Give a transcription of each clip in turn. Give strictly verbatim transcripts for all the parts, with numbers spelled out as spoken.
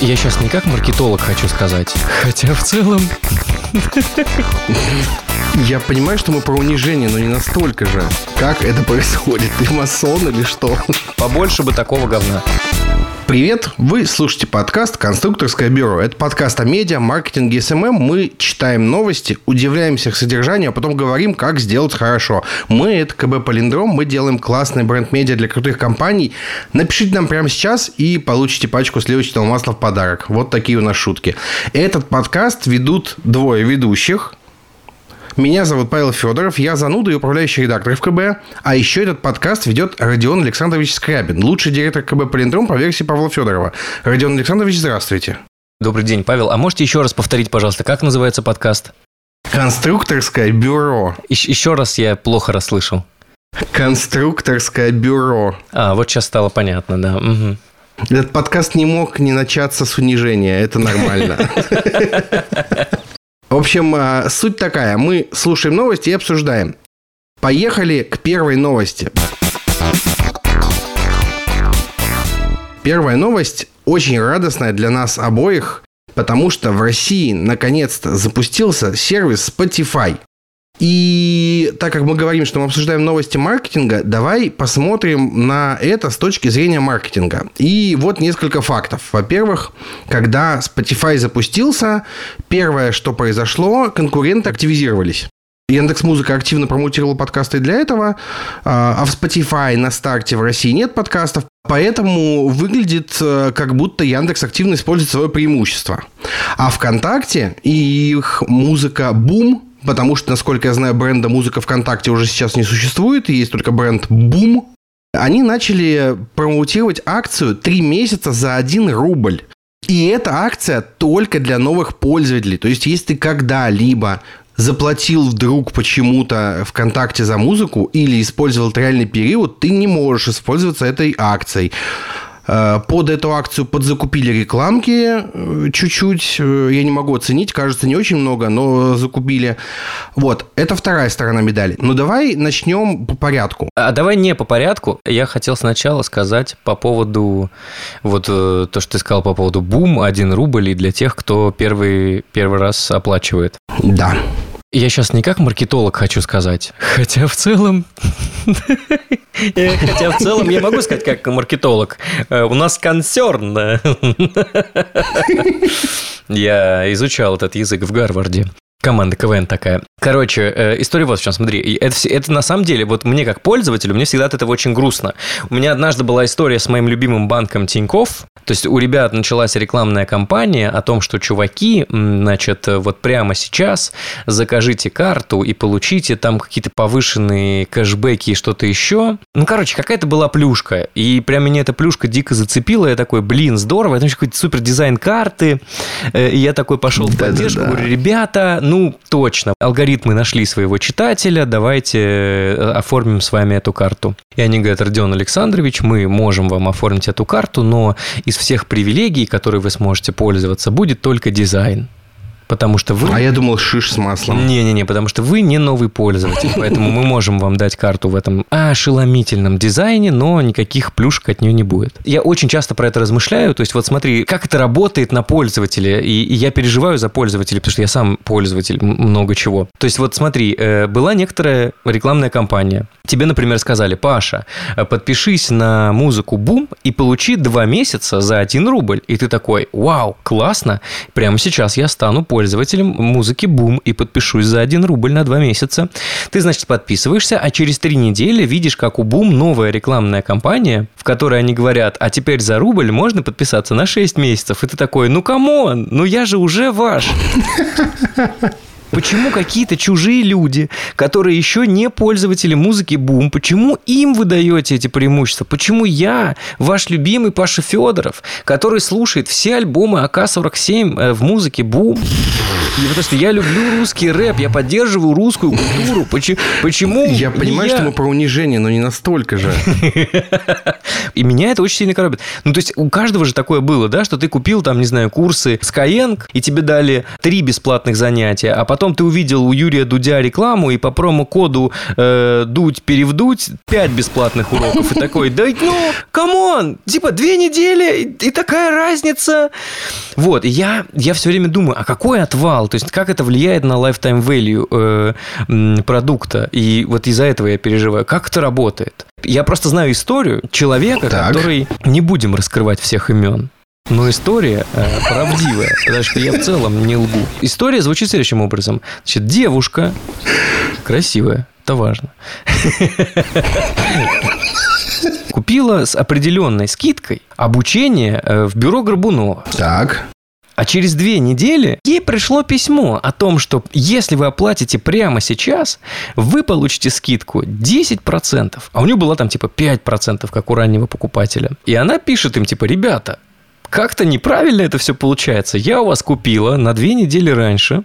Я сейчас не как маркетолог хочу сказать, хотя в целом... Я понимаю, что мы про унижение, но не настолько же. Как это происходит? Ты масон или что? Побольше бы такого говна. Привет! Вы слушаете подкаст «Конструкторское бюро». Это подкаст о медиа, маркетинге и эс эм эм. Мы читаем новости, удивляемся их содержанию, а потом говорим, как сделать хорошо. Мы – это ка бэ Полиндром, мы делаем классный бренд-медиа для крутых компаний. Напишите нам прямо сейчас и получите пачку сливочного масла в подарок. Вот такие у нас шутки. Этот подкаст ведут двое ведущих. Меня зовут Павел Федоров, я зануда и управляющий редактор в ка бэ. А еще этот подкаст ведет Родион Александрович Скрябин, лучший директор ка бэ Полиндром по версии Павла Федорова. Родион Александрович, здравствуйте. Добрый день, Павел. А можете еще раз повторить, пожалуйста, как называется подкаст? Конструкторское бюро. Еще, еще раз я плохо расслышал. Конструкторское бюро. А, вот сейчас стало понятно, да. Угу. Этот подкаст не мог не начаться с унижения, это нормально. В общем, суть такая. Мы слушаем новости и обсуждаем. Поехали к первой новости. Первая новость очень радостная для нас обоих, потому что в России наконец-то запустился сервис Spotify. И так как мы говорим, что мы обсуждаем новости маркетинга, давай посмотрим на это с точки зрения маркетинга. И вот несколько фактов. Во-первых, когда Spotify запустился, первое, что произошло, конкуренты активизировались. Яндекс.Музыка активно промоутировала подкасты для этого, а в Spotify на старте в России нет подкастов, поэтому выглядит, как будто Яндекс активно использует свое преимущество. А ВКонтакте и их музыка «Бум», потому что, насколько я знаю, бренда «Музыка ВКонтакте» уже сейчас не существует, есть только бренд «Бум». Они начали промоутировать акцию три месяца за один рубль. И эта акция только для новых пользователей. То есть, если ты когда-либо заплатил вдруг почему-то ВКонтакте за музыку или использовал триальный период, ты не можешь воспользоваться этой акцией. Под эту акцию подзакупили рекламки чуть-чуть. Я не могу оценить, кажется, не очень много, но закупили. Вот, это вторая сторона медали. Ну, давай начнем по порядку. А давай не по порядку. Я хотел сначала сказать по поводу... Вот то, что ты сказал по поводу «Бум», один рубль, и для тех, кто первый, первый раз оплачивает. Да. Я сейчас не как маркетолог хочу сказать, хотя в целом... Хотя в целом я могу сказать как маркетолог. У нас консерн. Я изучал этот язык в Гарварде. Команда ка вэ эн такая. Короче, э, история вот в чем, смотри. Это, это на самом деле, вот мне как пользователю, мне всегда от этого очень грустно. У меня однажды была история с моим любимым банком Тинькофф. То есть у ребят началась рекламная кампания о том, что чуваки, значит, вот прямо сейчас закажите карту и получите там какие-то повышенные кэшбэки и что-то еще. Ну, короче, какая-то была плюшка. И прям меня эта плюшка дико зацепила. Я такой, блин, здорово. Это какой-то супер дизайн карты. И я такой пошел в поддержку, да, да, да. Говорю, ребята, ну, точно, алгоритмы нашли своего читателя, давайте оформим с вами эту карту. И они говорят, Родион Александрович, мы можем вам оформить эту карту, но из всех привилегий, которые вы сможете пользоваться, будет только дизайн. Потому что вы... А я думал, шиш с маслом. Не-не-не, потому что вы не новый пользователь, поэтому мы можем вам дать карту в этом ошеломительном дизайне, но никаких плюшек от нее не будет. Я очень часто про это размышляю, то есть вот смотри, как это работает на пользователя, и, и я переживаю за пользователя, потому что я сам пользователь много чего. То есть вот смотри, была некоторая рекламная кампания. Тебе, например, сказали, Паша, подпишись на музыку «Бум» и получи два месяца за один рубль. И ты такой, вау, классно, прямо сейчас я стану пользователем музыки «Бум» и подпишусь за один рубль на два месяца. Ты, значит, подписываешься, а через три недели видишь, как у «Бум» новая рекламная кампания, в которой они говорят, а теперь за рубль можно подписаться на шесть месяцев. И ты такой, ну камон, ну я же уже ваш. Почему какие-то чужие люди, которые еще не пользователи музыки «Бум», почему им вы даете эти преимущества? Почему я, ваш любимый Паша Федоров, который слушает все альбомы а ка сорок семь в музыке «Бум», и потому что я люблю русский рэп, я поддерживаю русскую культуру. Почему? почему я понимаю, я... что мы про унижение, но не настолько же. И меня это очень сильно коробит. Ну, то есть, у каждого же такое было, да, что ты купил там, не знаю, курсы Skyeng, и тебе дали три бесплатных занятия, а потом потом ты увидел у Юрия Дудя рекламу, и по промокоду э, «Дудь-перевдуть» пять бесплатных уроков. И такой, да ну, камон, типа две недели, и, и такая разница. Вот, и я, я все время думаю, а какой отвал? То есть, как это влияет на lifetime value э, продукта? И вот из-за этого я переживаю. Как это работает? Я просто знаю историю человека, так. который... Не будем раскрывать всех имен. Но история э, правдивая, потому что я в целом не лгу. История звучит следующим образом. Значит, девушка красивая, это важно, купила с определенной скидкой обучение в бюро Горбунова. Так. А через две недели ей пришло письмо о том, что если вы оплатите прямо сейчас, вы получите скидку десять процентов. А у нее была там типа пять процентов, как у раннего покупателя. И она пишет им типа, ребята, как-то неправильно это все получается. Я у вас купила на две недели раньше.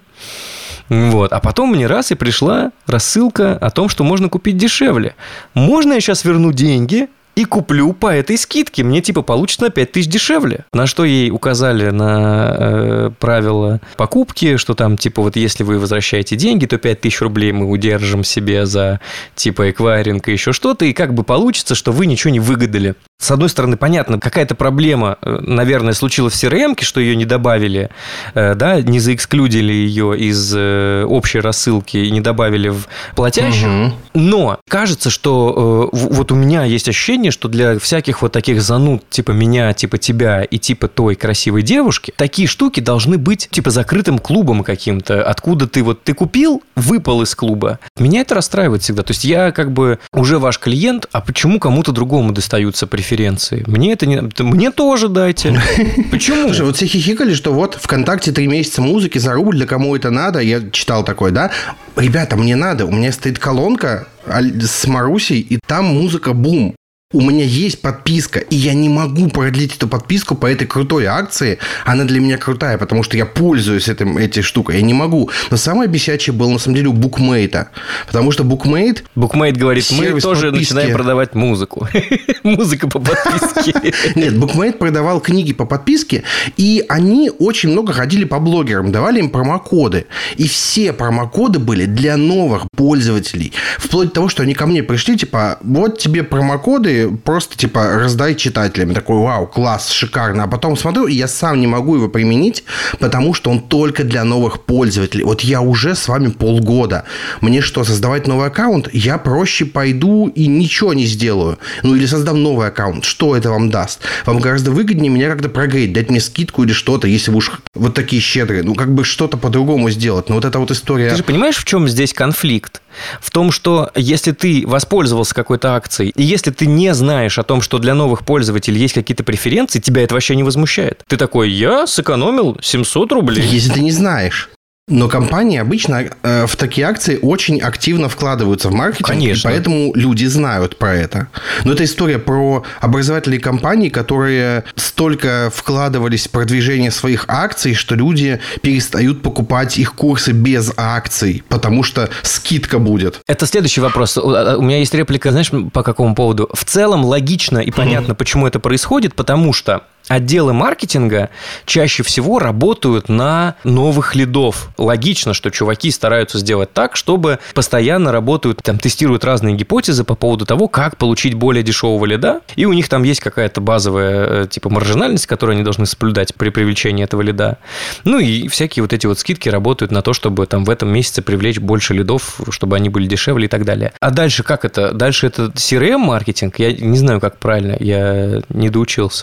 Вот. А потом мне раз и пришла рассылка о том, что можно купить дешевле. Можно я сейчас верну деньги и куплю по этой скидке? Мне типа получится на пять тысяч дешевле. На что ей указали на э, правила покупки, что там типа вот если вы возвращаете деньги, то пять тысяч рублей мы удержим себе за типа эквайринг и еще что-то. И как бы получится, что вы ничего не выгадали. С одной стороны, понятно, какая-то проблема, наверное, случилась в си эр эм-ке, что ее не добавили, да, не заэксклюдили ее из общей рассылки и не добавили в платящую. Угу. Но кажется, что вот у меня есть ощущение, что для всяких вот таких зануд, типа меня, типа тебя и типа той красивой девушки, такие штуки должны быть типа закрытым клубом каким-то, откуда ты вот ты купил, выпал из клуба. Меня это расстраивает всегда. То есть я как бы уже ваш клиент, а почему кому-то другому достаются преференции? Мне это не... Мне тоже дайте. Почему? Слушай, вот все хихикали, что вот ВКонтакте три месяца музыки за рубль, для кому это надо. Я читал такое, да? Ребята, мне надо. У меня стоит колонка с Марусей, и там музыка бум. У меня есть подписка, и я не могу продлить эту подписку по этой крутой акции. Она для меня крутая, потому что я пользуюсь этим, этой штукой. Я не могу. Но самое бесячее было, на самом деле, у Букмейта. Потому что Букмейт... Букмейт говорит, мы тоже подписки. Начинаем продавать музыку. Музыка по подписке. Нет, Букмейт продавал книги по подписке, и они очень много ходили по блогерам, давали им промокоды. И все промокоды были для новых пользователей. Вплоть до того, что они ко мне пришли, типа, вот тебе промокоды, просто, типа, раздай читателям. Такой, вау, класс, шикарно. А потом смотрю, и я сам не могу его применить, потому что он только для новых пользователей. Вот я уже с вами полгода. Мне что, создавать новый аккаунт? Я проще пойду и ничего не сделаю. Ну, или создам новый аккаунт. Что это вам даст? Вам гораздо выгоднее меня как-то прогреть, дать мне скидку или что-то, если вы уж вот такие щедрые. Ну, как бы что-то по-другому сделать. Но вот эта вот история... Ты же понимаешь, в чем здесь конфликт? В том, что если ты воспользовался какой-то акцией, и если ты не знаешь о том, что для новых пользователей есть какие-то преференции, тебя это вообще не возмущает. Ты такой, я сэкономил семьсот рублей. Если ты не знаешь. Но компании обычно э, в такие акции очень активно вкладываются в маркетинг. Конечно. И поэтому люди знают про это. Но это история про образовательные компании, которые столько вкладывались в продвижение своих акций, что люди перестают покупать их курсы без акций, потому что скидка будет. Это следующий вопрос. У меня есть реплика, знаешь, по какому поводу? В целом логично и понятно, mm-hmm. почему это происходит, потому что отделы маркетинга чаще всего работают на новых лидов. Логично, что чуваки стараются сделать так, чтобы постоянно работают, там, тестируют разные гипотезы по поводу того, как получить более дешевого лида. И у них там есть какая-то базовая типа маржинальность, которую они должны соблюдать при привлечении этого лида. Ну и всякие вот эти вот скидки работают на то, чтобы там в этом месяце привлечь больше лидов, чтобы они были дешевле и так далее. А дальше как это? Дальше это си эр эм-маркетинг? Я не знаю, как правильно. Я не доучился.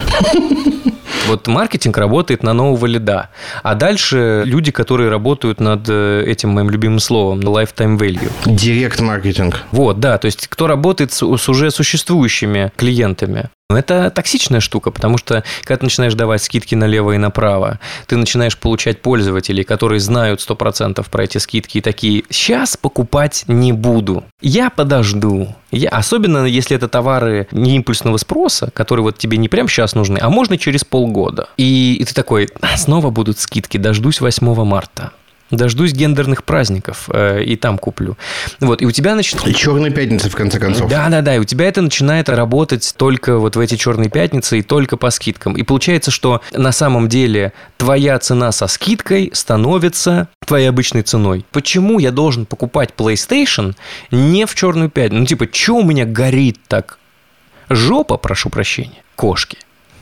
Вот маркетинг работает на нового лида. А дальше люди, которые работают над этим моим любимым словом, lifetime value. Директ-маркетинг. Вот, да. То есть, кто работает с, с уже существующими клиентами. Это токсичная штука, потому что, когда ты начинаешь давать скидки налево и направо, ты начинаешь получать пользователей, которые знают сто процентов про эти скидки и такие, сейчас покупать не буду, я подожду. Я... Особенно, если это товары не импульсного спроса, которые вот тебе не прямо сейчас нужны, а можно через полгода. И, и ты такой, снова будут скидки, дождусь восьмого марта. Дождусь гендерных праздников э, и там куплю. Вот, и у тебя, значит... Черная пятница, в конце концов. Да-да-да, и у тебя это начинает работать только вот в эти черные пятницы и только по скидкам. И получается, что на самом деле твоя цена со скидкой становится твоей обычной ценой. Почему я должен покупать PlayStation не в черную пятницу? Ну, типа, что у меня горит так? Жопа, прошу прощения, кошки.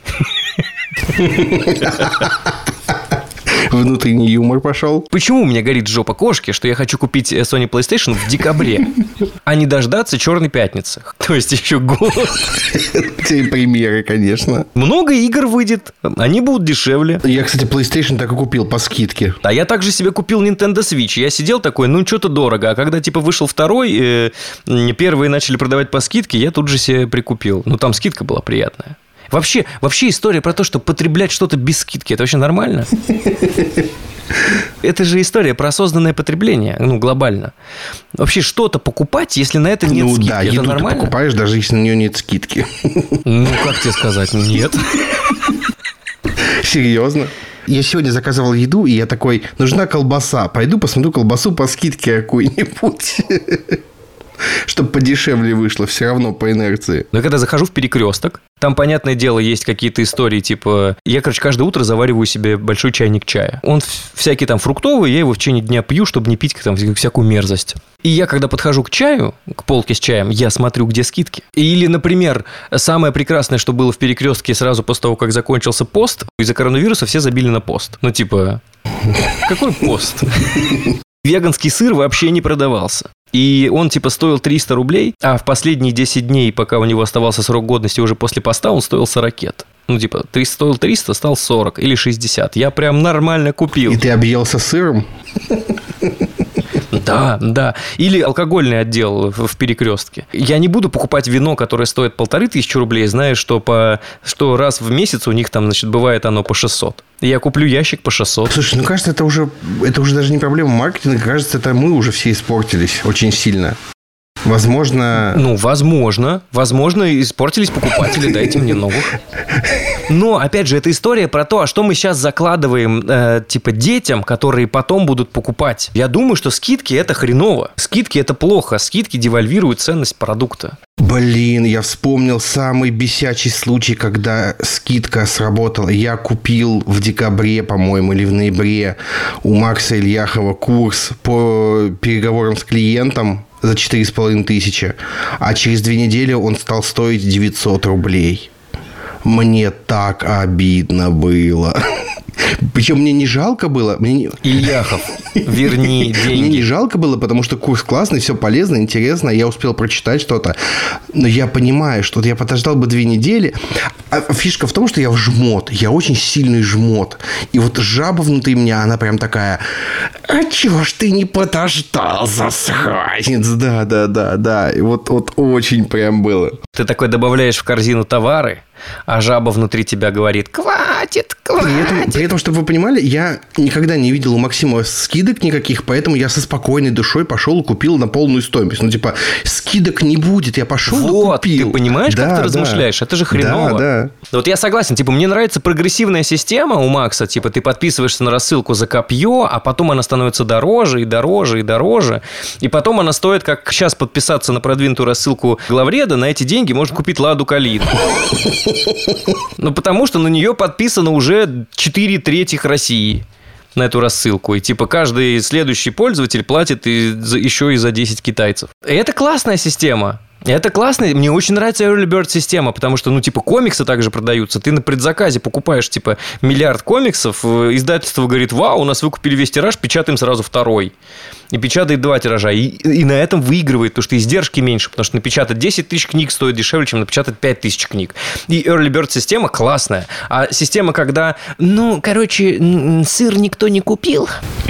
Внутренний юмор пошел. Почему у меня горит жопа кошки, что я хочу купить Sony PlayStation в декабре, а не дождаться черной пятницы? То есть еще год. Те примеры, конечно. Много игр выйдет, они будут дешевле. Я, кстати, PlayStation так и купил по скидке. А я также себе купил Nintendo Switch. Я сидел такой, ну, что-то дорого. А когда, типа, вышел второй, э, первые начали продавать по скидке, я тут же себе прикупил. Ну, там скидка была приятная. Вообще, вообще история про то, что потреблять что-то без скидки, это вообще нормально? Это же история про осознанное потребление, ну, глобально. Вообще что-то покупать, если на это нет ну, скидки, да, это еду нормально? ты покупаешь, даже если на нее нет скидки. Ну, как тебе сказать, нет. Серьезно? Я сегодня заказывал еду, и я такой, нужна колбаса. Пойду посмотрю колбасу по скидке какую-нибудь. Чтобы подешевле вышло, все равно по инерции. Но когда захожу в Перекресток, там, понятное дело, есть какие-то истории, типа... Я, короче, каждое утро завариваю себе большой чайник чая. Он всякий там фруктовый, я его в течение дня пью, чтобы не пить там всякую мерзость. И я, когда подхожу к чаю, к полке с чаем, я смотрю, где скидки. Или, например, самое прекрасное, что было в Перекрестке сразу после того, как закончился пост, из-за коронавируса все забили на пост. Ну, типа, какой пост? Веганский сыр вообще не продавался. И он типа стоил триста рублей, а в последние десять дней, пока у него оставался срок годности уже после поста, он стоил сорок. Ну, типа, ты стоил триста, стал сорок или шестьдесят. Я прям нормально купил. И ты объелся сыром? Да, да. Или алкогольный отдел в Перекрестке. Я не буду покупать вино, которое стоит полторы тысячи рублей, зная, что, по, что раз в месяц у них там, значит, бывает оно по шестьсот. Я куплю ящик по шестьсот. Слушай, ну, кажется, это уже, это уже даже не проблема маркетинга. Кажется, это мы уже все испортились очень сильно. Возможно... Ну, возможно. Возможно, испортились покупатели, дайте мне новых. Но, опять же, это история про то, а что мы сейчас закладываем, э, типа, детям, которые потом будут покупать. Я думаю, что скидки – это хреново. Скидки – это плохо. Скидки девальвируют ценность продукта. Блин, я вспомнил самый бесячий случай, когда скидка сработала. Я купил в декабре, по-моему, или в ноябре у Макса Ильяхова курс по переговорам с клиентом за четыре с половиной тысячи, а через две недели он стал стоить девятьсот рублей. Мне так обидно было. Причем мне не жалко было. Мне не... Ильяхов, верни деньги. Мне не жалко было, потому что курс классный, все полезно, интересно. Я успел прочитать что-то. Но я понимаю, что я подождал бы две недели. А фишка в том, что я в жмот. Я очень сильный жмот. И вот жаба внутри меня, она прям такая... А чего ж ты не подождал, засранец? Да, да, да, да. И вот, вот очень прям было. Ты такой добавляешь в корзину товары, а жаба внутри тебя говорит: хватит, хватит. При этом, при этом, чтобы вы понимали, я никогда не видел у Максима скидок никаких, поэтому я со спокойной душой пошел и купил на полную стоимость. Ну, типа, скидок не будет, я пошел вот, и купил. Ты понимаешь, да, как ты да. размышляешь? Это же хреново. Да, да. Вот я согласен, типа, мне нравится прогрессивная система у Макса, типа, ты подписываешься на рассылку за копье, а потом она становится дороже и дороже и дороже, и потом она стоит, как сейчас подписаться на продвинутую рассылку главреда, на эти деньги можно купить Ладу Калину. Ну, потому что на нее подписано уже четыре третьих России на эту рассылку. И типа каждый следующий пользователь платит и за, еще и за десять китайцев. И это классная система. Это классно. Мне очень нравится Early Bird система, потому что, ну, типа, комиксы также продаются. Ты на предзаказе покупаешь, типа, миллиард комиксов, издательство говорит: вау, у нас выкупили весь тираж, печатаем сразу второй. И печатает два тиража. И, и на этом выигрывает, потому что издержки меньше, потому что напечатать десять тысяч книг стоит дешевле, чем напечатать пять тысяч книг. И Early Bird система классная. А система, когда, ну, короче, сыр никто не купил...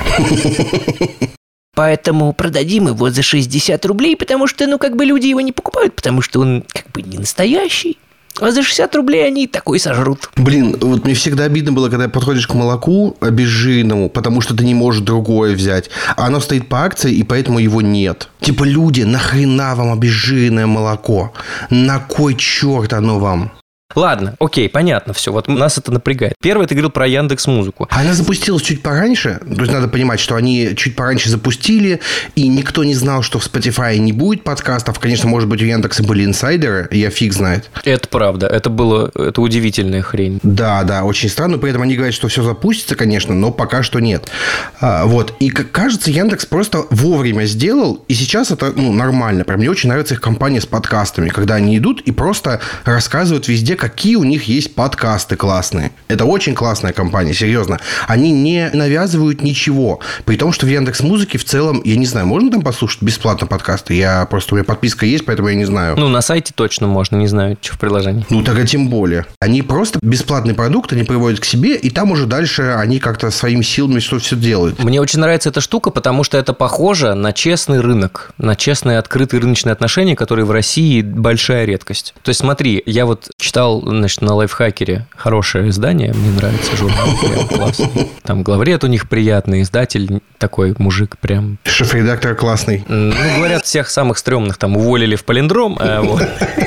Поэтому продадим его за шестьдесят рублей, потому что, ну, как бы люди его не покупают, потому что он как бы не настоящий. А за шестьдесят рублей они такой сожрут. Блин, вот мне всегда обидно было, когда подходишь к молоку обезжиренному, потому что ты не можешь другое взять. А оно стоит по акции, и поэтому его нет. Типа, люди, нахрена вам обезжиренное молоко? На кой черт оно вам? Ладно, окей, понятно все. Вот нас это напрягает. Первое, ты говорил про Яндекс.Музыку. Она запустилась чуть пораньше. То есть, надо понимать, что они чуть пораньше запустили, и никто не знал, что в Spotify не будет подкастов. Конечно, может быть, у Яндекса были инсайдеры, я фиг знает. Это правда. Это было... Это удивительная хрень. Да, да, очень странно. При этом они говорят, что все запустится, конечно, но пока что нет. А, вот. И, как кажется, Яндекс просто вовремя сделал, и сейчас это ну, нормально. Прям мне очень нравится их компания с подкастами, когда они идут и просто рассказывают везде, какие у них есть подкасты классные. Это очень классная компания, серьезно. Они не навязывают ничего. При том, что в Яндекс.Музыке в целом, я не знаю, можно там послушать бесплатно подкасты? Я просто, у меня подписка есть, поэтому я не знаю. Ну, на сайте точно можно, не знаю, что в приложении. Ну, тогда тем более. Они просто бесплатный продукт, они приводят к себе, и там уже дальше они как-то своими силами что все делают. Мне очень нравится эта штука, потому что это похоже на честный рынок, на честные открытые рыночные отношения, которые в России большая редкость. То есть, смотри, я вот читал, значит, на Лайфхакере хорошее издание, мне нравится журнал, прям классно. Там главред у них приятный, издатель такой мужик прям... Шеф-редактор классный. Ну, говорят, всех самых стрёмных там уволили в Полиндром, а вот...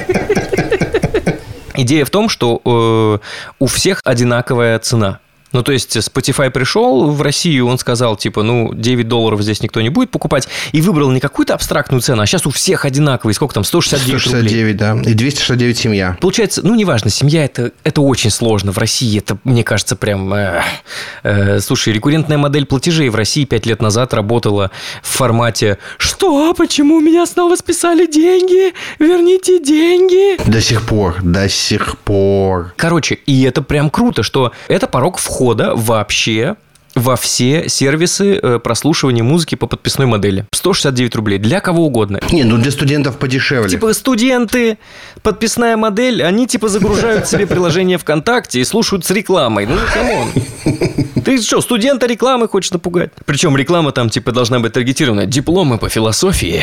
Идея в том, что э, у всех одинаковая цена. Ну, то есть, Spotify пришел в Россию, он сказал, типа, ну, девять долларов здесь никто не будет покупать, и выбрал не какую-то абстрактную цену, а сейчас у всех одинаковые, сколько там, сто шестьдесят девять рублей. сто шестьдесят девять, да, и двести шестьдесят девять семья. Получается, ну, неважно, семья это, – это очень сложно. В России это, мне кажется, прям... Э, э, слушай, рекуррентная модель платежей в России пять лет назад работала в формате «Что? Почему у меня снова списали деньги? Верните деньги!» До сих пор, до сих пор. Короче, и это прям круто, что это порог входа вообще во все сервисы э, прослушивания музыки по подписной модели. сто шестьдесят девять рублей. Для кого угодно. Не, ну для студентов подешевле. Типа студенты, подписная модель, они типа загружают себе приложение ВКонтакте и слушают с рекламой. Ну, камон. Ты что, студента рекламы хочешь напугать? Причем реклама там типа должна быть таргетированная. Дипломы по философии.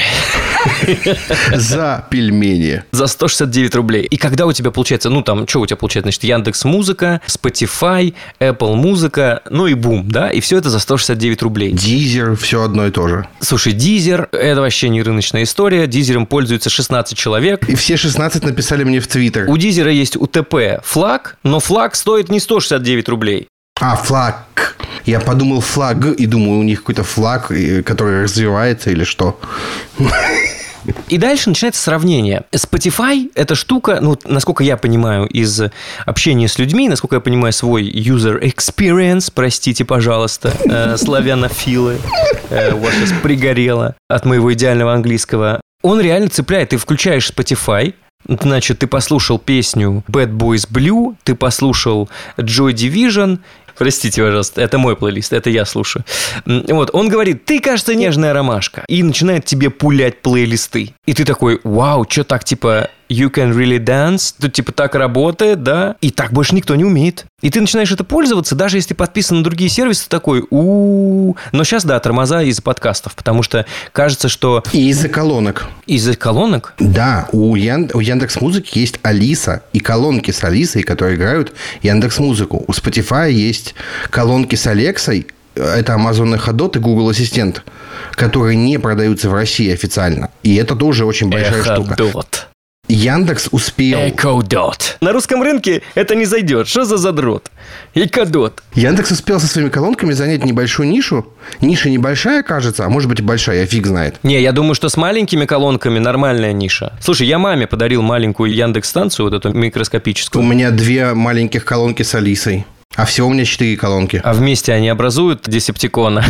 За пельмени. За сто шестьдесят девять рублей. И когда у тебя получается, ну там, что у тебя получается? Значит, Яндекс.Музыка, Spotify, Apple Музыка, ну и бум, да? И все это за сто шестьдесят девять рублей. Дизер, все одно и то же. Слушай, Дизер, это вообще не рыночная история. Дизером пользуются шестнадцать человек. И все шестнадцать написали мне в Твиттер. У Дизера есть УТП флаг, но флаг стоит не сто шестьдесят девять рублей. А, флаг. Я подумал флаг и думаю, у них какой-то флаг, который развивается или что. И дальше начинается сравнение. Spotify – это штука, ну, насколько я понимаю из общения с людьми, насколько я понимаю свой user experience, простите, пожалуйста, э, славянофилы, э, у вас сейчас пригорело от моего идеального английского. Он реально цепляет. Ты включаешь Spotify, значит, ты послушал песню Bad Boys Blue, ты послушал Joy Division. Простите, пожалуйста, это мой плейлист, это я слушаю. Вот, он говорит, ты, кажется, нежная ромашка. И начинает тебе пулять плейлисты. И ты такой, вау, что так, типа, you can really dance? Тут, типа, так работает, да? И так больше никто не умеет. И ты начинаешь это пользоваться, даже если ты подписан на другие сервисы, ты такой, у Но сейчас, да, тормоза из-за подкастов, потому что кажется, что... И из-за колонок. Из-за колонок? Да, у, Ян... у Яндекс.Музыки есть Алиса и колонки с Алисой, которые играют Яндекс.Музыку. У Spotify есть колонки с Алексой, это Amazon Echo Dot и Google Ассистент, которые не продаются в России официально. И это тоже очень большая Echo штука. Dot. Яндекс успел... Echo Dot. На русском рынке это не зайдет. Что за задрот? Echo Dot. Яндекс успел со своими колонками занять небольшую нишу. Ниша небольшая, кажется, а может быть и большая, я фиг знает. Не, я думаю, что с маленькими колонками нормальная ниша. Слушай, я маме подарил маленькую Яндекс-станцию, вот эту микроскопическую. У меня две маленьких колонки с Алисой. А всего у меня четыре колонки. А вместе они образуют Десептикона.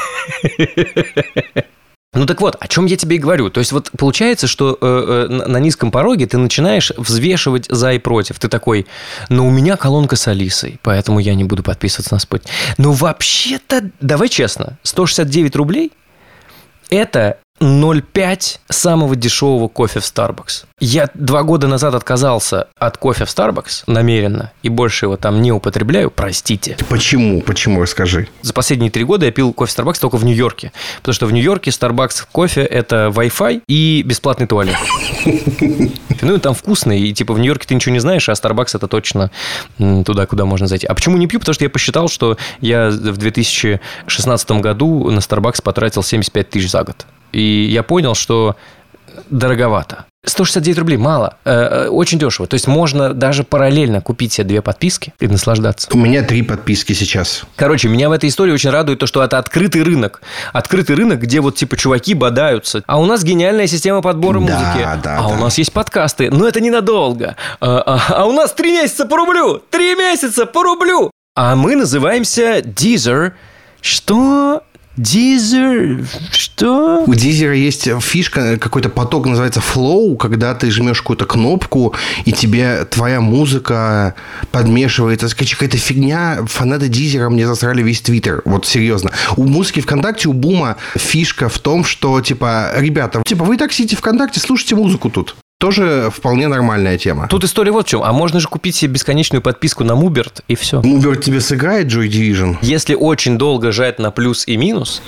Ну так вот, о чем я тебе и говорю. То есть вот получается, что э, э, на низком пороге ты начинаешь взвешивать за и против. Ты такой, ну у меня колонка с Алисой, поэтому я не буду подписываться на Spotify. Но вообще-то, давай честно, сто шестьдесят девять рублей – это ноль целых пять самого дешевого кофе в Starbucks. Я два года назад отказался от кофе в Starbucks намеренно и больше его там не употребляю, простите. Почему? Почему? Расскажи. За последние три года я пил кофе в Starbucks только в Нью-Йорке, потому что в Нью-Йорке Starbucks кофе – это Wi-Fi и бесплатный туалет. Ну, и там вкусно, и типа в Нью-Йорке ты ничего не знаешь, а Starbucks – это точно туда, куда можно зайти. А почему не пью? Потому что я посчитал, что я в две тысячи шестнадцатом году на Starbucks потратил семьдесят пять тысяч за год. И я понял, что дороговато. сто шестьдесят девять рублей мало, э, очень дешево. То есть можно даже параллельно купить себе две подписки и наслаждаться. У меня три подписки сейчас. Короче, меня в этой истории очень радует то, что это открытый рынок. Открытый рынок, где вот типа чуваки бодаются. А у нас гениальная система подбора Да, музыки. да, а да. у нас есть подкасты. Но это ненадолго. А, а, а у нас три месяца по рублю. Три месяца по рублю. А мы называемся Deezer. Что... Deezer, что? У Deezer есть фишка, какой-то поток называется Flow, когда ты жмешь какую-то кнопку, и тебе твоя музыка подмешивается. Какая-то фигня. Фанаты Deezer мне засрали весь Твиттер. Вот серьезно. У музыки ВКонтакте, у Бума фишка в том, что, типа, ребята, типа, вы так сидите ВКонтакте, слушайте музыку тут. Тоже вполне нормальная тема. Тут история вот в чем. А можно же купить себе бесконечную подписку на Муберт, и все. Муберт тебе сыграет Joy Division? Если очень долго жать на плюс и минус,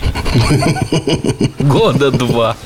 года два.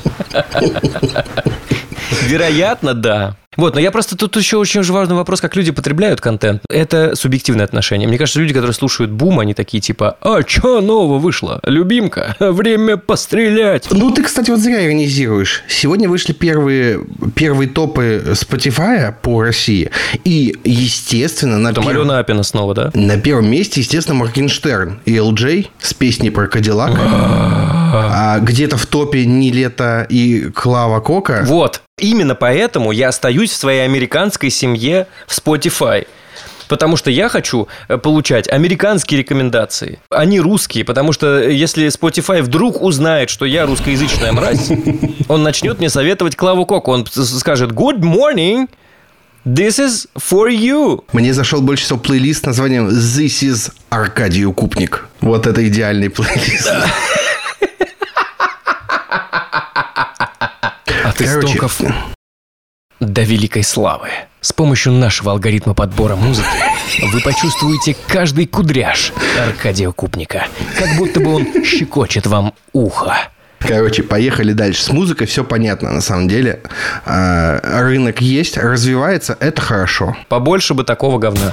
Вероятно, да. Вот, но я просто... Тут еще очень важный вопрос, как люди потребляют контент. Это субъективное отношение. Мне кажется, люди, которые слушают Бум, они такие типа: а, что нового вышло? Любимка, время пострелять. Ну, ты, кстати, вот зря иронизируешь. Сегодня вышли первые, первые топы Spotify по России. И, естественно, на, Там пер... Алена Апина снова, да? на первом месте, естественно, Моргенштерн и эл джей с песней про Кадиллак. А где-то в топе Нилетто и Клава Кока. Вот. Именно поэтому я остаюсь в своей американской семье в Spotify. Потому что я хочу получать американские рекомендации, а не русские. Потому что если Spotify вдруг узнает, что я русскоязычная мразь, он начнет мне советовать Клаву Коку. Он скажет: good morning, this is for you. Мне зашел больше всего плейлист с названием This is Аркадий Укупник. Вот это идеальный плейлист. От истоков до великой славы. С помощью нашего алгоритма подбора музыки вы почувствуете каждый кудряш Аркадия Укупника. Как будто бы он щекочет вам ухо. Короче, поехали дальше. С музыкой все понятно, на самом деле. Рынок есть, развивается, это хорошо. Побольше бы такого говна.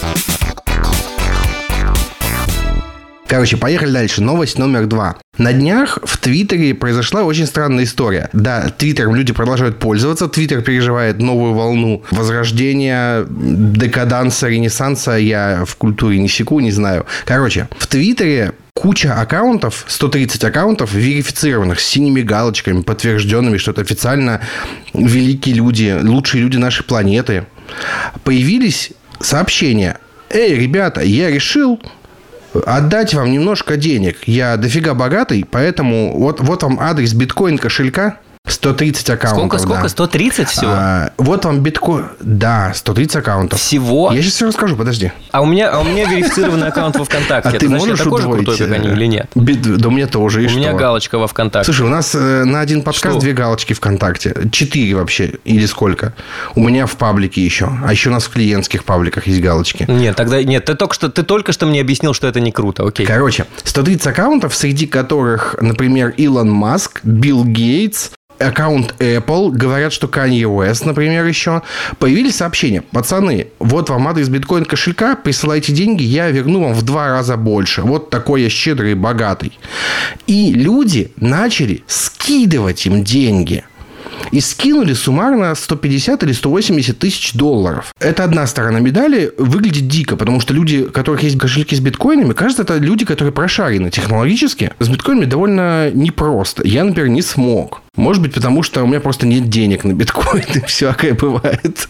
Короче, поехали дальше. Новость номер два. На днях в Твиттере произошла очень странная история. Да, Твиттером люди продолжают пользоваться. Твиттер переживает новую волну возрождения, декаданса, ренессанса. Я в культуре не секу, не знаю. Короче, в Твиттере куча аккаунтов, сто тридцать аккаунтов верифицированных, с синими галочками, подтвержденными, что это официально великие люди, лучшие люди нашей планеты. Появились сообщения. Эй, ребята, я решил отдать вам немножко денег. Я дофига богатый, поэтому вот, вот вам адрес биткоин-кошелька. сто тридцать аккаунтов. Сколько, сколько? Да. сто тридцать всего? А, вот вам биткоин. Да, сто тридцать аккаунтов. Всего? Я сейчас все расскажу, подожди. А у меня, а у меня верифицированный аккаунт во ВКонтакте. А Это ты значит, можешь я такой же удвоить? крутой, как они, или нет? Бит... Да у меня тоже. И у что? меня галочка во ВКонтакте. Слушай, у нас э, на один подкаст Что? две галочки ВКонтакте. Четыре вообще. Или сколько? У меня в паблике еще. А еще у нас в клиентских пабликах есть галочки. Нет, тогда нет. Ты только что, ты только что мне объяснил, что это не круто. Окей. Короче, сто тридцать аккаунтов, среди которых, например, Илон Маск, Билл Гейтс, аккаунт Apple, говорят, что Kanye West, например, еще. Появились сообщения: пацаны, вот вам адрес биткоин-кошелька, присылайте деньги, я верну вам в два раза больше. Вот такой я щедрый и богатый. И люди начали скидывать им деньги. И скинули суммарно сто пятьдесят или сто восемьдесят тысяч долларов. Это одна сторона медали. Выглядит дико, потому что люди, у которых есть кошельки с биткоинами, кажется, это люди, которые прошарены технологически. С биткоинами довольно непросто. Я, например, не смог. Может быть, потому что у меня просто нет денег на биткоин, и всякое бывает.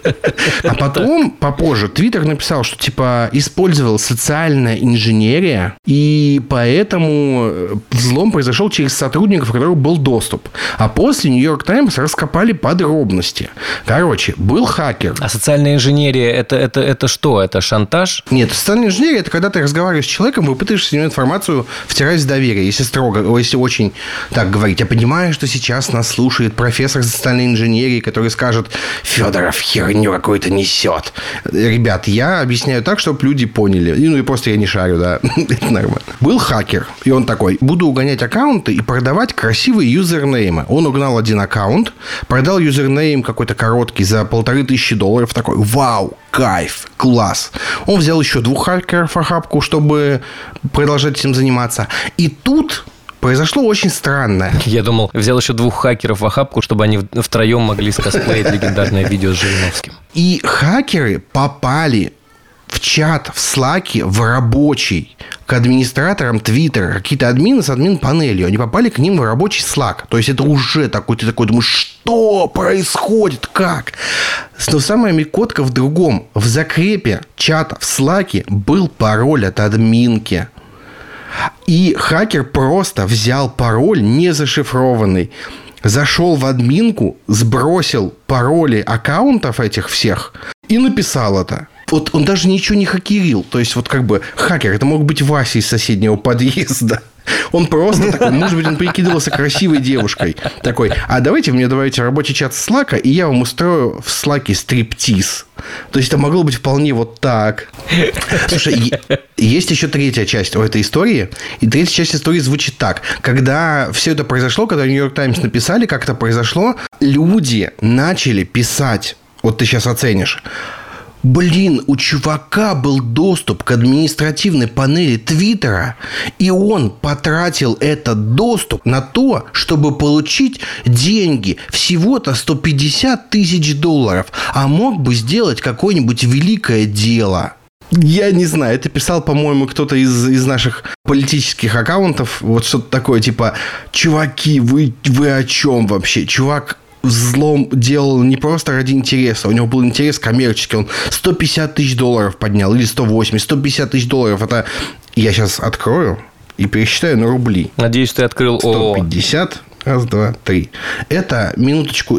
А потом, попозже, Твиттер написал, что, типа, использовал социальная инженерия, и поэтому взлом произошел через сотрудников, у которых был доступ. А после Нью-Йорк Таймс раскопали подробности. Короче, был хакер. А социальная инженерия это, это, это что? Это шантаж? Нет, социальная инженерия – это когда ты разговариваешь с человеком, вы пытаешься с ним информацию втирать в доверие, если строго, если очень так говорить. Я понимаю, что сейчас нас слушает профессор социальной инженерии, который скажет: Федоров херню какую-то несет. Ребят, я объясняю так, чтобы люди поняли. Ну и просто я не шарю, да. Это нормально. Был хакер, и он такой: буду угонять аккаунты и продавать красивые юзернеймы. Он угнал один аккаунт, продал юзернейм какой-то короткий за полторы тысячи долларов. Такой: вау, кайф, класс. Он взял еще двух хакеров в охапку, чтобы продолжать этим заниматься. И тут произошло очень странное. Я думал, взял еще двух хакеров в охапку, чтобы они втроем могли скосплеить легендарное видео с Жириновским. И хакеры попали в чат, в Слаке, в рабочий, к администраторам Твиттера, какие-то админы с админ-панелью, они попали к ним в рабочий Slack. То есть это уже такой, ты такой думаешь, что происходит, как? Но самая микотка в другом. В закрепе чата в Слаке был пароль от админки. И хакер просто взял пароль не зашифрованный, зашел в админку, сбросил пароли аккаунтов этих всех и написал это. Вот он даже ничего не хакерил. То есть, вот как бы хакер, это мог быть Вася из соседнего подъезда. Он просто такой, может быть, он прикидывался красивой девушкой. Такой, а давайте мне давайте рабочий чат Слака, и я вам устрою в Слаке стриптиз. То есть, это могло быть вполне вот так. Слушай, есть еще третья часть у этой истории. И третья часть истории звучит так. Когда все это произошло, когда Нью-Йорк Таймс написали, как это произошло, люди начали писать. Вот ты сейчас оценишь. Блин, у чувака был доступ к административной панели Твиттера, и он потратил этот доступ на то, чтобы получить деньги, всего-то сто пятьдесят тысяч долларов, а мог бы сделать какое-нибудь великое дело. Я не знаю, это писал, по-моему, кто-то из, из наших политических аккаунтов, вот что-то такое, типа, чуваки, вы, вы о чем вообще? Чувак взлом делал не просто ради интереса, у него был интерес коммерческий, он сто пятьдесят тысяч долларов поднял, или сто восемьдесят, сто пятьдесят тысяч долларов, это я сейчас открою и пересчитаю на рубли. Надеюсь, ты открыл ООО. сто пятьдесят, раз, два, три. Это, минуточку,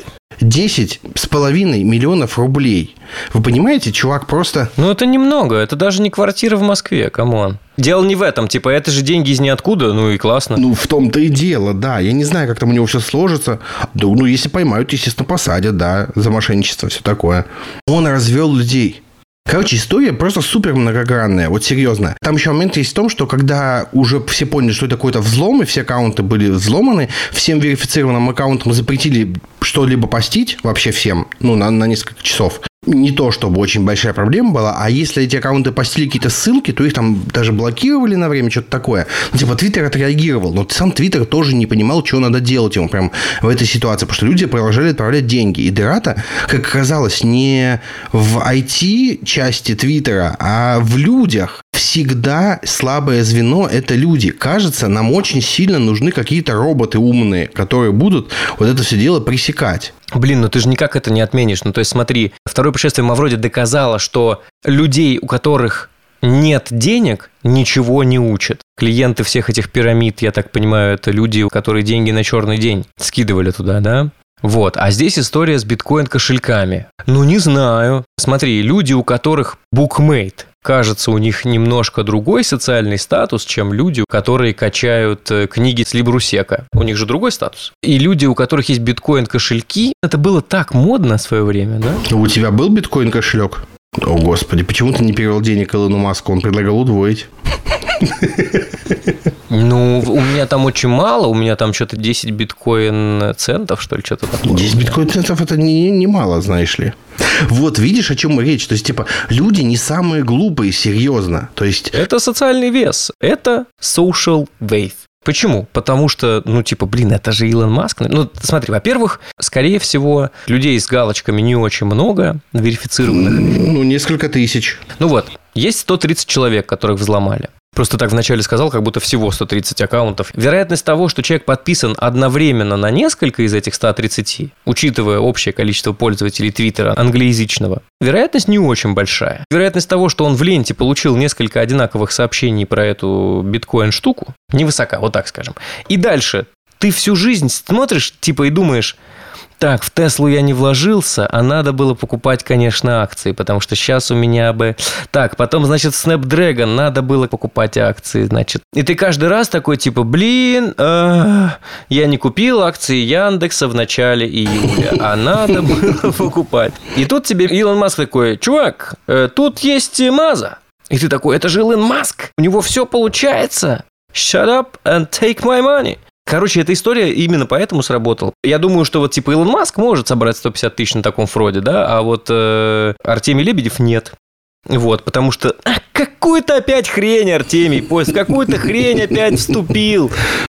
десять с половиной миллионов рублей. Вы понимаете, чувак просто... Ну, это немного, это даже не квартира в Москве, камон. Дело не в этом, типа, это же деньги из ниоткуда, ну и классно. Ну, в том-то и дело, да. Я не знаю, как там у него все сложится. Да, ну, если поймают, естественно, посадят, да, за мошенничество, все такое. Он развел людей. Короче, история просто супер многогранная, вот серьезно. Там еще момент есть в том, что когда уже все поняли, что это какой-то взлом, и все аккаунты были взломаны, всем верифицированным аккаунтам запретили что-либо постить, вообще всем, ну, на, на несколько часов. Не то, чтобы очень большая проблема была, а если эти аккаунты постили какие-то ссылки, то их там даже блокировали на время, что-то такое. Ну, типа, Твиттер отреагировал, но сам Твиттер тоже не понимал, что надо делать ему прям в этой ситуации, потому что люди продолжали отправлять деньги. И дыра-то, как оказалось, не в ай ти-части Твиттера, а в людях. Всегда слабое звено – это люди. Кажется, нам очень сильно нужны какие-то роботы умные, которые будут вот это все дело пресекать. Блин, ну ты же никак это не отменишь. Ну, то есть, смотри, второе пришествие Мавроди доказало, что людей, у которых нет денег, ничего не учат. Клиенты всех этих пирамид, я так понимаю, это люди, которые деньги на черный день скидывали туда, да? Вот, а здесь история с биткоин-кошельками. Ну, не знаю. Смотри, люди, у которых букмейт, кажется, у них немножко другой социальный статус, чем люди, которые качают книги с Либрусека. У них же другой статус. И люди, у которых есть биткоин-кошельки, это было так модно в свое время, да? У тебя был биткоин-кошелек? О, господи, почему ты не перевел денег Илону Маску? Он предлагал удвоить. Ну, у меня там очень мало, у меня там что-то десять биткоин-центов, что ли, что-то такое. десять биткоин-центов – это не, не мало, знаешь ли. Вот, видишь, о чем речь? То есть, типа, люди не самые глупые, серьезно. То есть... Это социальный вес, это social weight. Почему? Потому что, ну, типа, блин, это же Илон Маск. Ну, смотри, во-первых, скорее всего, людей с галочками не очень много, верифицированных. Ну, несколько тысяч. Ну вот, есть сто тридцать человек, которых взломали. Просто так вначале сказал, как будто всего сто тридцать аккаунтов. Вероятность того, что человек подписан одновременно на несколько из этих ста тридцати, учитывая общее количество пользователей Твиттера англоязычного, вероятность не очень большая. Вероятность того, что он в ленте получил несколько одинаковых сообщений про эту биткоин-штуку, невысока, вот так скажем. И дальше ты всю жизнь смотришь, типа, и думаешь... Так, в Теслу я не вложился, а надо было покупать, конечно, акции, потому что сейчас у меня бы... Так, потом, значит, Snapdragon, надо было покупать акции, значит. И ты каждый раз такой, типа, блин, я не купил акции Яндекса в начале июля, а надо было покупать. И тут тебе Илон Маск такой, чувак, тут есть Маза. И ты такой, это же Илон Маск, у него все получается. Shut up and take my money. Короче, эта история именно поэтому сработала. Я думаю, что вот типа Илон Маск может собрать сто пятьдесят тысяч на таком фроде, да, а вот э, Артемий Лебедев нет. Вот, потому что а, какую-то опять хрень Артемий, поезд, какую-то хрень опять вступил.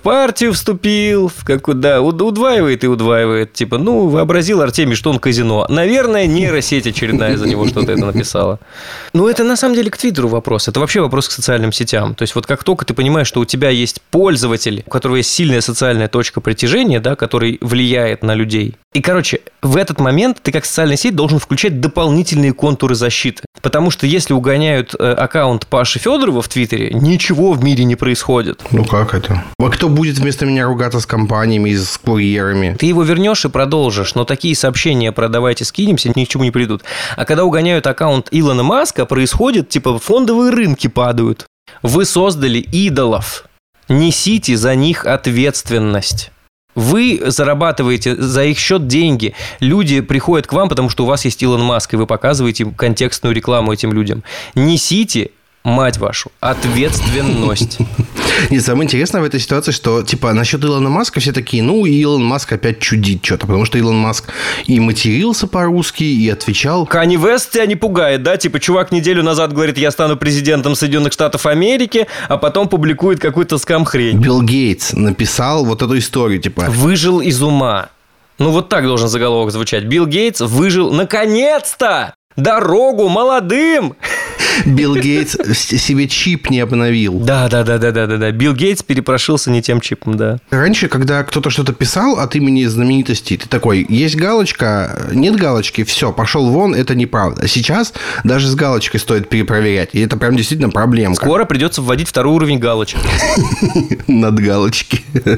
партию вступил, в какую, да, удваивает и удваивает. Типа, ну, вообразил Артемий, что он казино. Наверное, нейросеть очередная за него что-то это написала. Ну, это на самом деле к Твиттеру вопрос. Это вообще вопрос к социальным сетям. То есть, вот как только ты понимаешь, что у тебя есть пользователь, у которого есть сильная социальная точка притяжения, да, который влияет на людей. И, короче, в этот момент ты как социальная сеть должен включать дополнительные контуры защиты. Потому что если угоняют аккаунт Паши Федорова в Твиттере, ничего в мире не происходит. Ну как это? А кто будет вместо меня ругаться с компаниями и с курьерами? Ты его вернешь и продолжишь, но такие сообщения про «давайте скинемся» ни к чему не придут. А когда угоняют аккаунт Илона Маска, происходит, типа, фондовые рынки падают. Вы создали идолов. Несите за них ответственность. Вы зарабатываете за их счет деньги. Люди приходят к вам, потому что у вас есть Илон Маск, и вы показываете контекстную рекламу этим людям. Несите, мать вашу, ответственность. И самое интересное в этой ситуации, что, типа, насчет Илона Маска все такие, ну, Илон Маск опять чудит что-то, потому что Илон Маск и матерился по-русски, и отвечал. Канье Вест тебя не пугает, да? Типа, чувак неделю назад говорит, я стану президентом Соединенных Штатов Америки, а потом публикует какую-то скам-хрень. Билл Гейтс написал вот эту историю, типа... Выжил из ума. Ну, вот так должен заголовок звучать. Билл Гейтс выжил, наконец-то! Дорогу молодым! Билл Гейтс себе чип не обновил. Да, да, да, да, да, да, да. Билл Гейтс перепрошился не тем чипом, да. Раньше, когда кто-то что-то писал от имени знаменитости, ты такой, есть галочка, нет галочки, все, пошел вон, это неправда. А сейчас даже с галочкой стоит перепроверять. И это прям действительно проблема. Скоро придется вводить второй уровень галочек. Над галочки.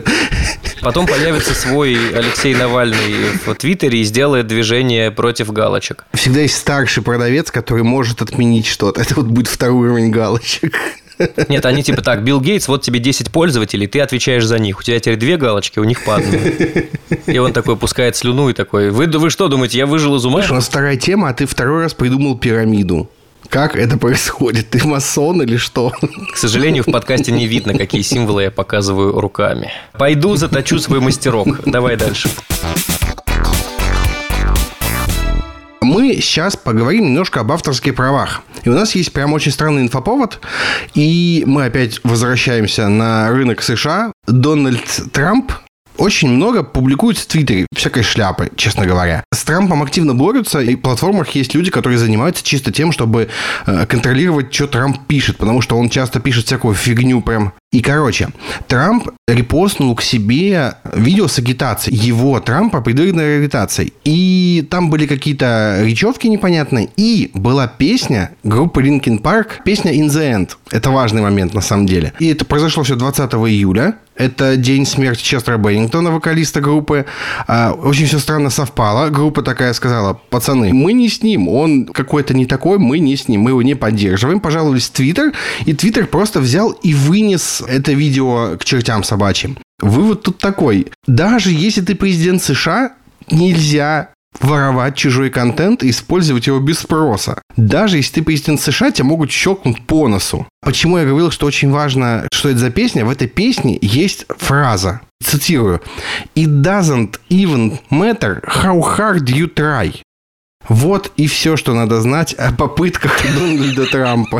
Потом появится свой Алексей Навальный в Твиттере и сделает движение против галочек. Всегда есть старший продавец, который может отменить что-то. Это вот будет второй уровень галочек. Нет, они типа так, Билл Гейтс, вот тебе десять пользователей, ты отвечаешь за них. У тебя теперь две галочки, у них по одной. И он такой пускает слюну и такой, вы, вы что думаете, я выжил из ума? Слушай, у нас вторая тема, а ты второй раз придумал пирамиду. Как это происходит? Ты масон или что? К сожалению, в подкасте не видно, какие символы я показываю руками. Пойду заточу свой мастерок. Давай дальше. Мы сейчас поговорим немножко об авторских правах. И у нас есть прям очень странный инфоповод. И мы опять возвращаемся на рынок США. Дональд Трамп очень много публикует в Твиттере всякой шляпы, честно говоря. С Трампом активно борются, и в платформах есть люди, которые занимаются чисто тем, чтобы э, контролировать, что Трамп пишет, потому что он часто пишет всякую фигню прям. И, короче, Трамп репостнул к себе видео с агитацией. Его, Трампа, предварительной агитацией. И там были какие-то речевки непонятные. И была песня группы Linkin Park, песня In the End. Это важный момент, на самом деле. И это произошло все двадцатого июля. Это день смерти Честера Беннингтона, вокалиста группы. Очень все странно совпало. Группа такая сказала, пацаны, мы не с ним. Он какой-то не такой, мы не с ним. Мы его не поддерживаем. Пожаловались в Твиттер. И Твиттер просто взял и вынес это видео к чертям собачьим. Вывод тут такой. Даже если ты президент США, нельзя воровать чужой контент и использовать его без спроса. Даже если ты президент США, тебя могут щелкнуть по носу. Почему я говорил, что очень важно, что это за песня? В этой песне есть фраза, цитирую, «It doesn't even matter how hard you try». Вот и все, что надо знать о попытках Дональда Трампа.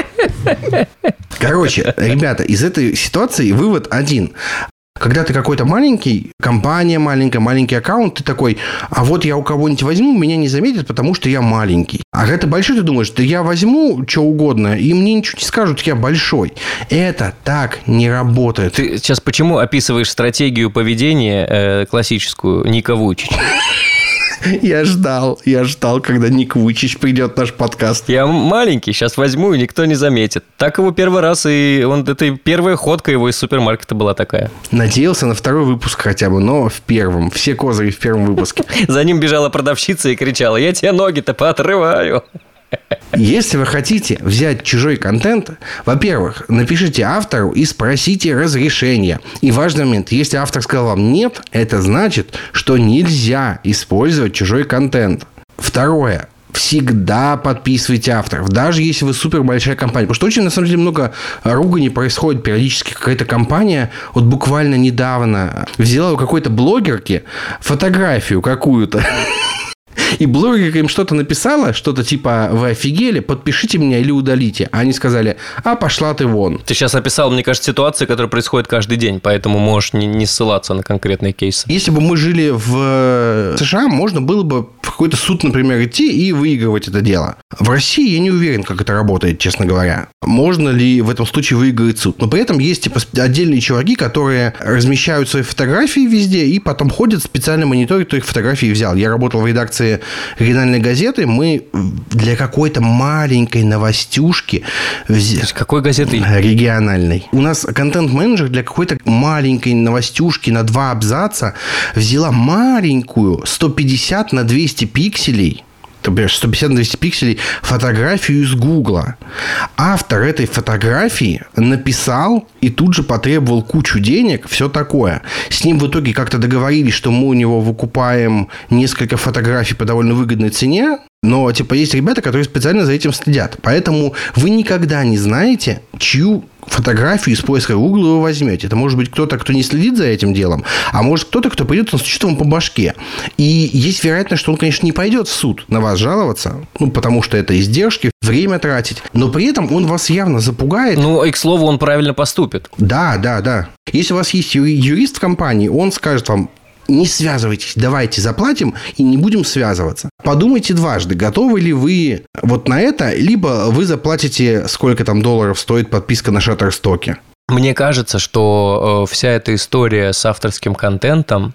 Короче, ребята, из этой ситуации вывод один. Когда ты какой-то маленький, компания маленькая, маленький аккаунт, ты такой, а вот я у кого-нибудь возьму, меня не заметят, потому что я маленький. А когда ты большой, ты думаешь, да я возьму что угодно, и мне ничего не скажут, я большой. Это так не работает. Ты сейчас почему описываешь стратегию поведения э, классическую Ника Вуйчича? Я ждал, я ждал, когда Ник Вуйчич придет в наш подкаст. Я маленький, сейчас возьму, и никто не заметит. Так его первый раз, и он, это первая ходка его из супермаркета была такая. Надеялся на второй выпуск хотя бы, но в первом. Все козыри в первом выпуске. За ним бежала продавщица и кричала, я тебе ноги-то поотрываю. Если вы хотите взять чужой контент, во-первых, напишите автору и спросите разрешения. И важный момент, если автор сказал вам нет, это значит, что нельзя использовать чужой контент. Второе. Всегда подписывайте авторов, даже если вы супер большая компания. Потому что очень, на самом деле, много ругани происходит периодически. Какая-то компания вот буквально недавно взяла у какой-то блогерки фотографию какую-то И блогерка им что-то написала, что-то типа «Вы офигели? Подпишите меня или удалите». А они сказали «А, пошла ты вон». Ты сейчас описал, мне кажется, ситуации, которые происходят каждый день, поэтому можешь не, не ссылаться на конкретные кейсы. Если бы мы жили в США, можно было бы в какой-то суд, например, идти и выигрывать это дело. В России я не уверен, как это работает, честно говоря. Можно ли в этом случае выиграть суд? Но при этом есть типа отдельные чуваки, которые размещают свои фотографии везде и потом ходят, специально мониторят, кто их фотографии взял. Я работал в редакции региональной газеты. Мы для какой-то маленькой новостюшки... Вз... Какой газеты? Региональной. У нас контент-менеджер для какой-то маленькой новостюшки на два абзаца взяла маленькую сто пятьдесят на двести пикселей, сто пятьдесят на двести пикселей фотографию из Гугла. Автор этой фотографии написал и тут же потребовал кучу денег, все такое. С ним в итоге как-то договорились, что мы у него выкупаем несколько фотографий по довольно выгодной цене, но типа есть ребята, которые специально за этим следят. Поэтому вы никогда не знаете, чью фотографию из поиска Google вы возьмете. Это может быть кто-то, кто не следит за этим делом, а может кто-то, кто пойдет настучит вам по башке. И есть вероятность, что он, конечно, не пойдет в суд на вас жаловаться, ну, потому что это издержки, время тратить, но при этом он вас явно запугает. Ну, и, к слову, он правильно поступит. Да, да, да. Если у вас есть юрист в компании, он скажет вам: не связывайтесь, давайте заплатим и не будем связываться. Подумайте дважды, готовы ли вы вот на это, либо вы заплатите, сколько там долларов стоит подписка на Shutterstock. Мне кажется, что э, вся эта история с авторским контентом,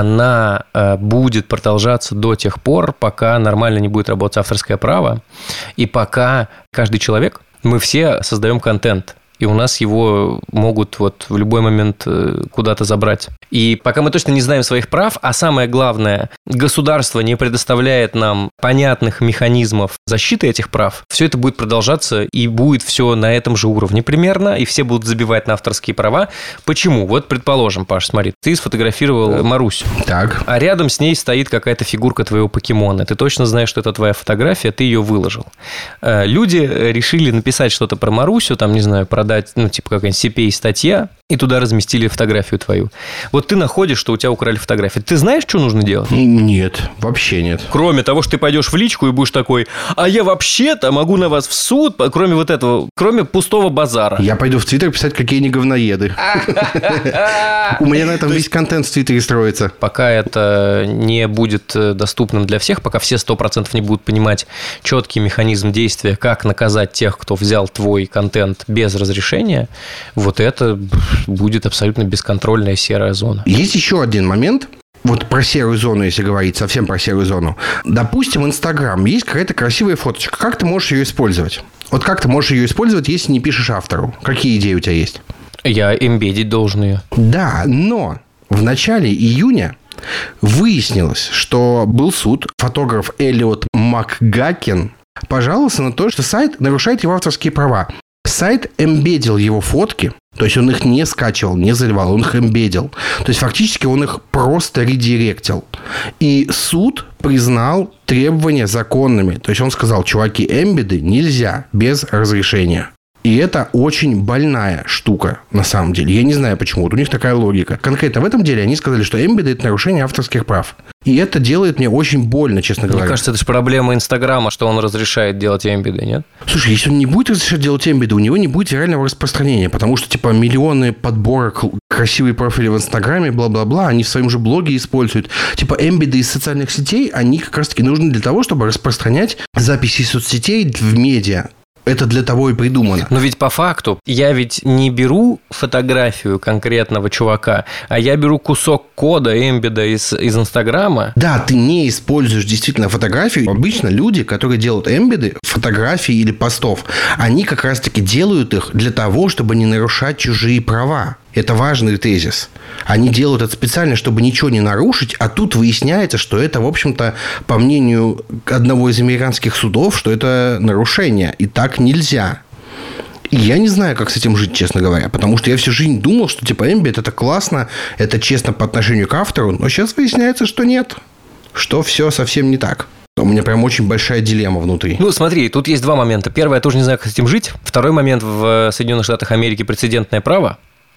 она э, будет продолжаться до тех пор, пока нормально не будет работать авторское право, и пока каждый человек, мы все создаем контент. И у нас его могут вот в любой момент куда-то забрать. И пока мы точно не знаем своих прав, а самое главное, государство не предоставляет нам понятных механизмов защиты этих прав, все это будет продолжаться и будет все на этом же уровне примерно, и все будут забивать на авторские права. Почему? Вот, предположим, Паш, смотри, ты сфотографировал Марусю. Так. А рядом с ней стоит какая-то фигурка твоего покемона. Ты точно знаешь, что это твоя фотография, ты ее выложил. Люди решили написать что-то про Марусю, там, не знаю, про дать, ну, типа какая-нибудь си пи эй-статья, и туда разместили фотографию твою. Вот ты находишь, что у тебя украли фотографию. Ты знаешь, что нужно делать? Нет, вообще нет. Кроме того, что ты пойдешь в личку и будешь такой: а я вообще-то могу на вас в суд, кроме вот этого, кроме пустого базара. Я пойду в Твиттер писать, какие они говноеды. У меня на этом весь контент в Твиттере строится. Пока это не будет доступным для всех, пока все сто процентов не будут понимать четкий механизм действия, как наказать тех, кто взял твой контент без разрешения, вот это будет абсолютно бесконтрольная серая зона. Есть еще один момент. Вот про серую зону, если говорить, совсем про серую зону. Допустим, Инстаграм. Есть какая-то красивая фоточка. Как ты можешь ее использовать? Вот как ты можешь ее использовать, если не пишешь автору? Какие идеи у тебя есть? Я эмбедить должен ее. Да, но в начале июня выяснилось, что был суд. Фотограф Эллиот Макгакен пожаловался на то, что сайт нарушает его авторские права. Сайт эмбедил его фотки, то есть он их не скачивал, не заливал, он их эмбедил. То есть фактически он их просто редиректил. И суд признал требования законными. То есть он сказал: чуваки, эмбеды нельзя без разрешения. И это очень больная штука, на самом деле. Я не знаю, почему. Вот у них такая логика. Конкретно в этом деле они сказали, что эмбеды – это нарушение авторских прав. И это делает мне очень больно, честно говоря. Мне кажется, это же проблема Инстаграма, что он разрешает делать эмбеды, нет? Слушай, если он не будет разрешать делать эмбеды, у него не будет вирального распространения, потому что, типа, миллионы подборок, красивые профили в Инстаграме, бла-бла-бла, они в своем же блоге используют. Типа, эмбеды из социальных сетей, они как раз-таки нужны для того, чтобы распространять записи соцсетей в медиа. Это для того и придумано. Но ведь по факту я ведь не беру фотографию конкретного чувака, а я беру кусок кода эмбеда из, из Инстаграма. Да, ты не используешь действительно фотографию. Обычно люди, которые делают эмбеды, фотографий или постов, они как раз-таки делают их для того, чтобы не нарушать чужие права. Это важный тезис. Они делают это специально, чтобы ничего не нарушить, а тут выясняется, что это, в общем-то, по мнению одного из американских судов, что это нарушение, и так нельзя. И я не знаю, как с этим жить, честно говоря, потому что я всю жизнь думал, что типа эмбед – это классно, это честно по отношению к автору, но сейчас выясняется, что нет, что все совсем не так. У меня прям очень большая дилемма внутри. Ну, смотри, тут есть два момента. Первое, я тоже не знаю, как с этим жить. Второй момент, в Соединенных Штатах Америки прецедентное право.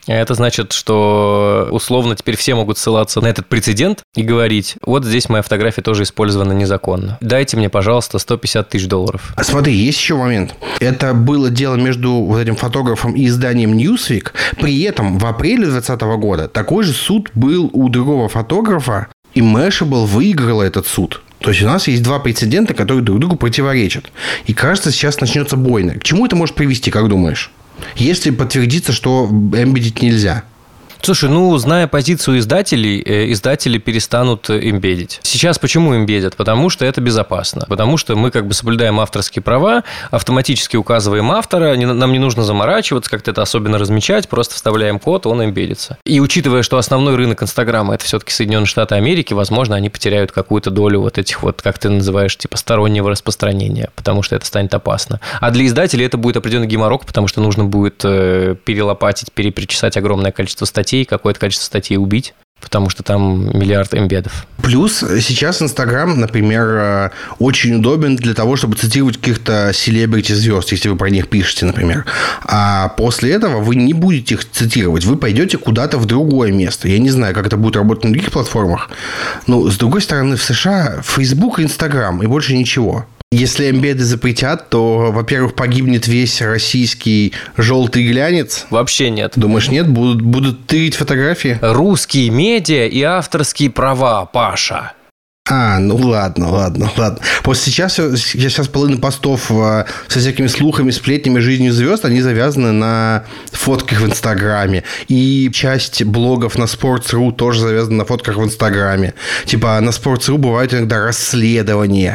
Это значит, что условно теперь все могут ссылаться на этот прецедент и говорить, вот здесь моя фотография тоже использована незаконно. Дайте мне, пожалуйста, сто пятьдесят тысяч долларов. Смотри, есть еще момент. Это было дело между вот этим фотографом и изданием Newsweek. При этом в апреле двадцатого года такой же суд был у другого фотографа, и Mashable выиграла этот суд. То есть у нас есть два прецедента, которые друг другу противоречат. И кажется, сейчас начнется бойня. К чему это может привести, как думаешь? Если подтвердится, что эмбедить нельзя. Слушай, ну, зная позицию издателей, э, издатели перестанут эмбедить. Сейчас почему эмбедят? Потому что это безопасно. Потому что мы как бы соблюдаем авторские права, автоматически указываем автора, не, нам не нужно заморачиваться, как-то это особенно размечать, просто вставляем код, он эмбедится. И учитывая, что основной рынок Инстаграма – это все-таки Соединенные Штаты Америки, возможно, они потеряют какую-то долю вот этих вот, как ты называешь, типа стороннего распространения, потому что это станет опасно. А для издателей это будет определенный геморрок, потому что нужно будет э, перелопатить, перепричесать огромное количество статей, какое-то количество статей убить, потому что там миллиард эмбедов. Плюс сейчас Инстаграм, например, очень удобен для того, чтобы цитировать каких-то селебрити-звезд, если вы про них пишете, например. А после этого вы не будете их цитировать, вы пойдете куда-то в другое место. Я не знаю, как это будет работать на других платформах, но, с другой стороны, в США Facebook и Инстаграм, и больше ничего. Если эмбеды запретят, то, во-первых, погибнет весь российский желтый глянец. Вообще нет. Думаешь, нет? Будут, будут тырить фотографии? Русские медиа и авторские права, Паша. А, ну ладно, ладно, ладно. Просто сейчас, сейчас половина постов со всякими слухами, сплетнями, жизнью звезд, они завязаны на фотках в Инстаграме. И часть блогов на Sports.ru тоже завязана на фотках в Инстаграме. Типа на Sports.ru бывают иногда расследования.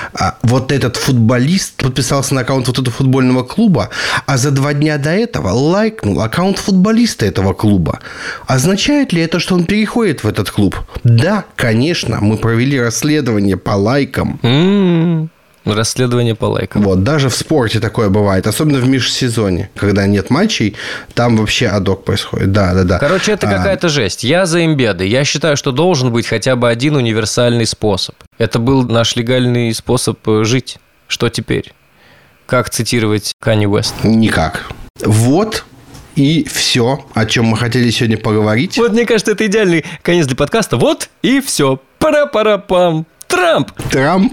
Вот этот футболист подписался на аккаунт вот этого футбольного клуба, а за два дня до этого лайкнул аккаунт футболиста этого клуба. Означает ли это, что он переходит в этот клуб? Да, конечно, мы провели расследование по лайкам. Mm-hmm. Расследование по лайкам. Вот, даже в спорте такое бывает, особенно в межсезонье, когда нет матчей, там вообще адок происходит. Да, да, да. Короче, это а... какая-то жесть. Я за эмбеды. Я считаю, что должен быть хотя бы один универсальный способ. Это был наш легальный способ жить. Что теперь? Как цитировать Канье Уэст? Никак. Вот. И все, о чем мы хотели сегодня поговорить. Вот, мне кажется, это идеальный конец для подкаста. Вот и все. Пара-пара-пам. Трамп. Трамп.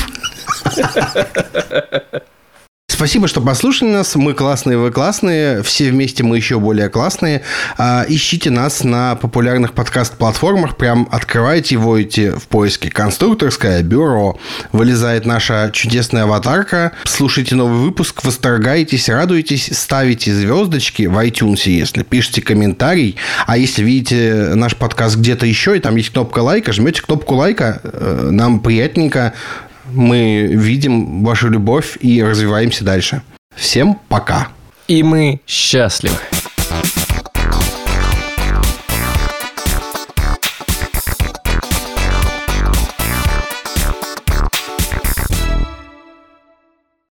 Спасибо, что послушали нас. Мы классные, вы классные. Все вместе мы еще более классные. Ищите нас на популярных подкаст-платформах. Прям открывайте, вводите в поиске «Конструкторское бюро». Вылезает наша чудесная аватарка. Слушайте новый выпуск, восторгаетесь, радуетесь, ставите звездочки в iTunes, если пишите комментарий. А если видите наш подкаст где-то еще, и там есть кнопка лайка, жмете кнопку лайка. Нам приятненько. Мы видим вашу любовь и развиваемся дальше. Всем пока. И мы счастливы.